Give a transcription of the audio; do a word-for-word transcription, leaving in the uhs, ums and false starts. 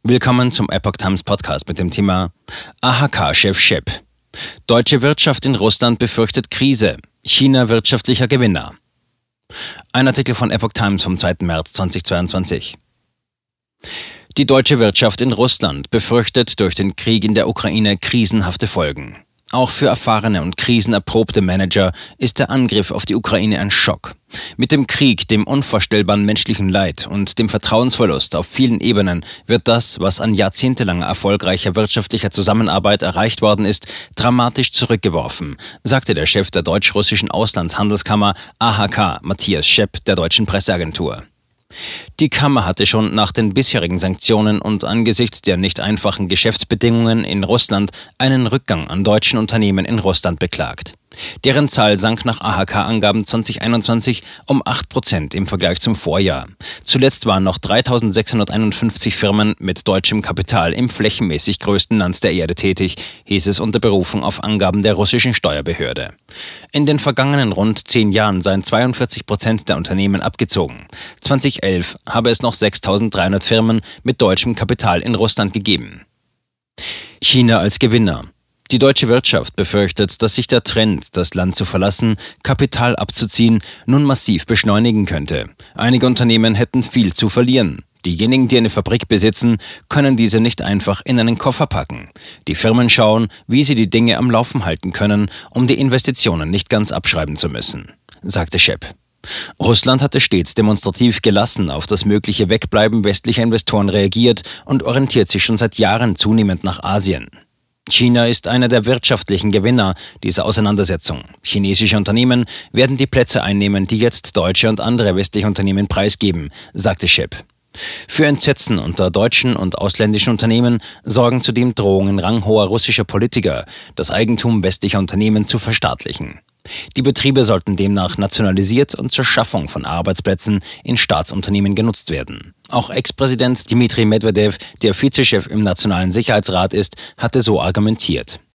Willkommen zum Epoch Times Podcast mit dem Thema A H K-Chef Schepp. Deutsche Wirtschaft in Russland befürchtet Krise. China wirtschaftlicher Gewinner. Ein Artikel von Epoch Times vom zweiten März zweitausendzweiundzwanzig. Die deutsche Wirtschaft in Russland befürchtet durch den Krieg in der Ukraine krisenhafte Folgen. Auch für erfahrene und krisenerprobte Manager ist der Angriff auf die Ukraine ein Schock. Mit dem Krieg, dem unvorstellbaren menschlichen Leid und dem Vertrauensverlust auf vielen Ebenen wird das, was an jahrzehntelanger erfolgreicher wirtschaftlicher Zusammenarbeit erreicht worden ist, dramatisch zurückgeworfen, sagte der Chef der deutsch-russischen Auslandshandelskammer A H K, Matthias Schepp, der deutschen Presseagentur. Die Kammer hatte schon nach den bisherigen Sanktionen und angesichts der nicht einfachen Geschäftsbedingungen in Russland einen Rückgang an deutschen Unternehmen in Russland beklagt. Deren Zahl sank nach A H K-Angaben zweitausendeinundzwanzig um acht Prozent im Vergleich zum Vorjahr. Zuletzt waren noch dreitausendsechshunderteinundfünfzig Firmen mit deutschem Kapital im flächenmäßig größten Land der Erde tätig, hieß es unter Berufung auf Angaben der russischen Steuerbehörde. In den vergangenen rund zehn Jahren seien zweiundvierzig Prozent der Unternehmen abgezogen. zweitausendelf habe es noch sechstausenddreihundert Firmen mit deutschem Kapital in Russland gegeben. China als Gewinner. Die deutsche Wirtschaft befürchtet, dass sich der Trend, das Land zu verlassen, Kapital abzuziehen, nun massiv beschleunigen könnte. Einige Unternehmen hätten viel zu verlieren. Diejenigen, die eine Fabrik besitzen, können diese nicht einfach in einen Koffer packen. Die Firmen schauen, wie sie die Dinge am Laufen halten können, um die Investitionen nicht ganz abschreiben zu müssen, sagte Schepp. Russland hatte stets demonstrativ gelassen auf das mögliche Wegbleiben westlicher Investoren reagiert und orientiert sich schon seit Jahren zunehmend nach Asien. China ist einer der wirtschaftlichen Gewinner dieser Auseinandersetzung. Chinesische Unternehmen werden die Plätze einnehmen, die jetzt deutsche und andere westliche Unternehmen preisgeben, sagte Schepp. Für Entsetzen unter deutschen und ausländischen Unternehmen sorgen zudem Drohungen ranghoher russischer Politiker, das Eigentum westlicher Unternehmen zu verstaatlichen. Die Betriebe sollten demnach nationalisiert und zur Schaffung von Arbeitsplätzen in Staatsunternehmen genutzt werden. Auch Ex-Präsident Dmitri Medvedev, der Vizechef im Nationalen Sicherheitsrat ist, hatte so argumentiert.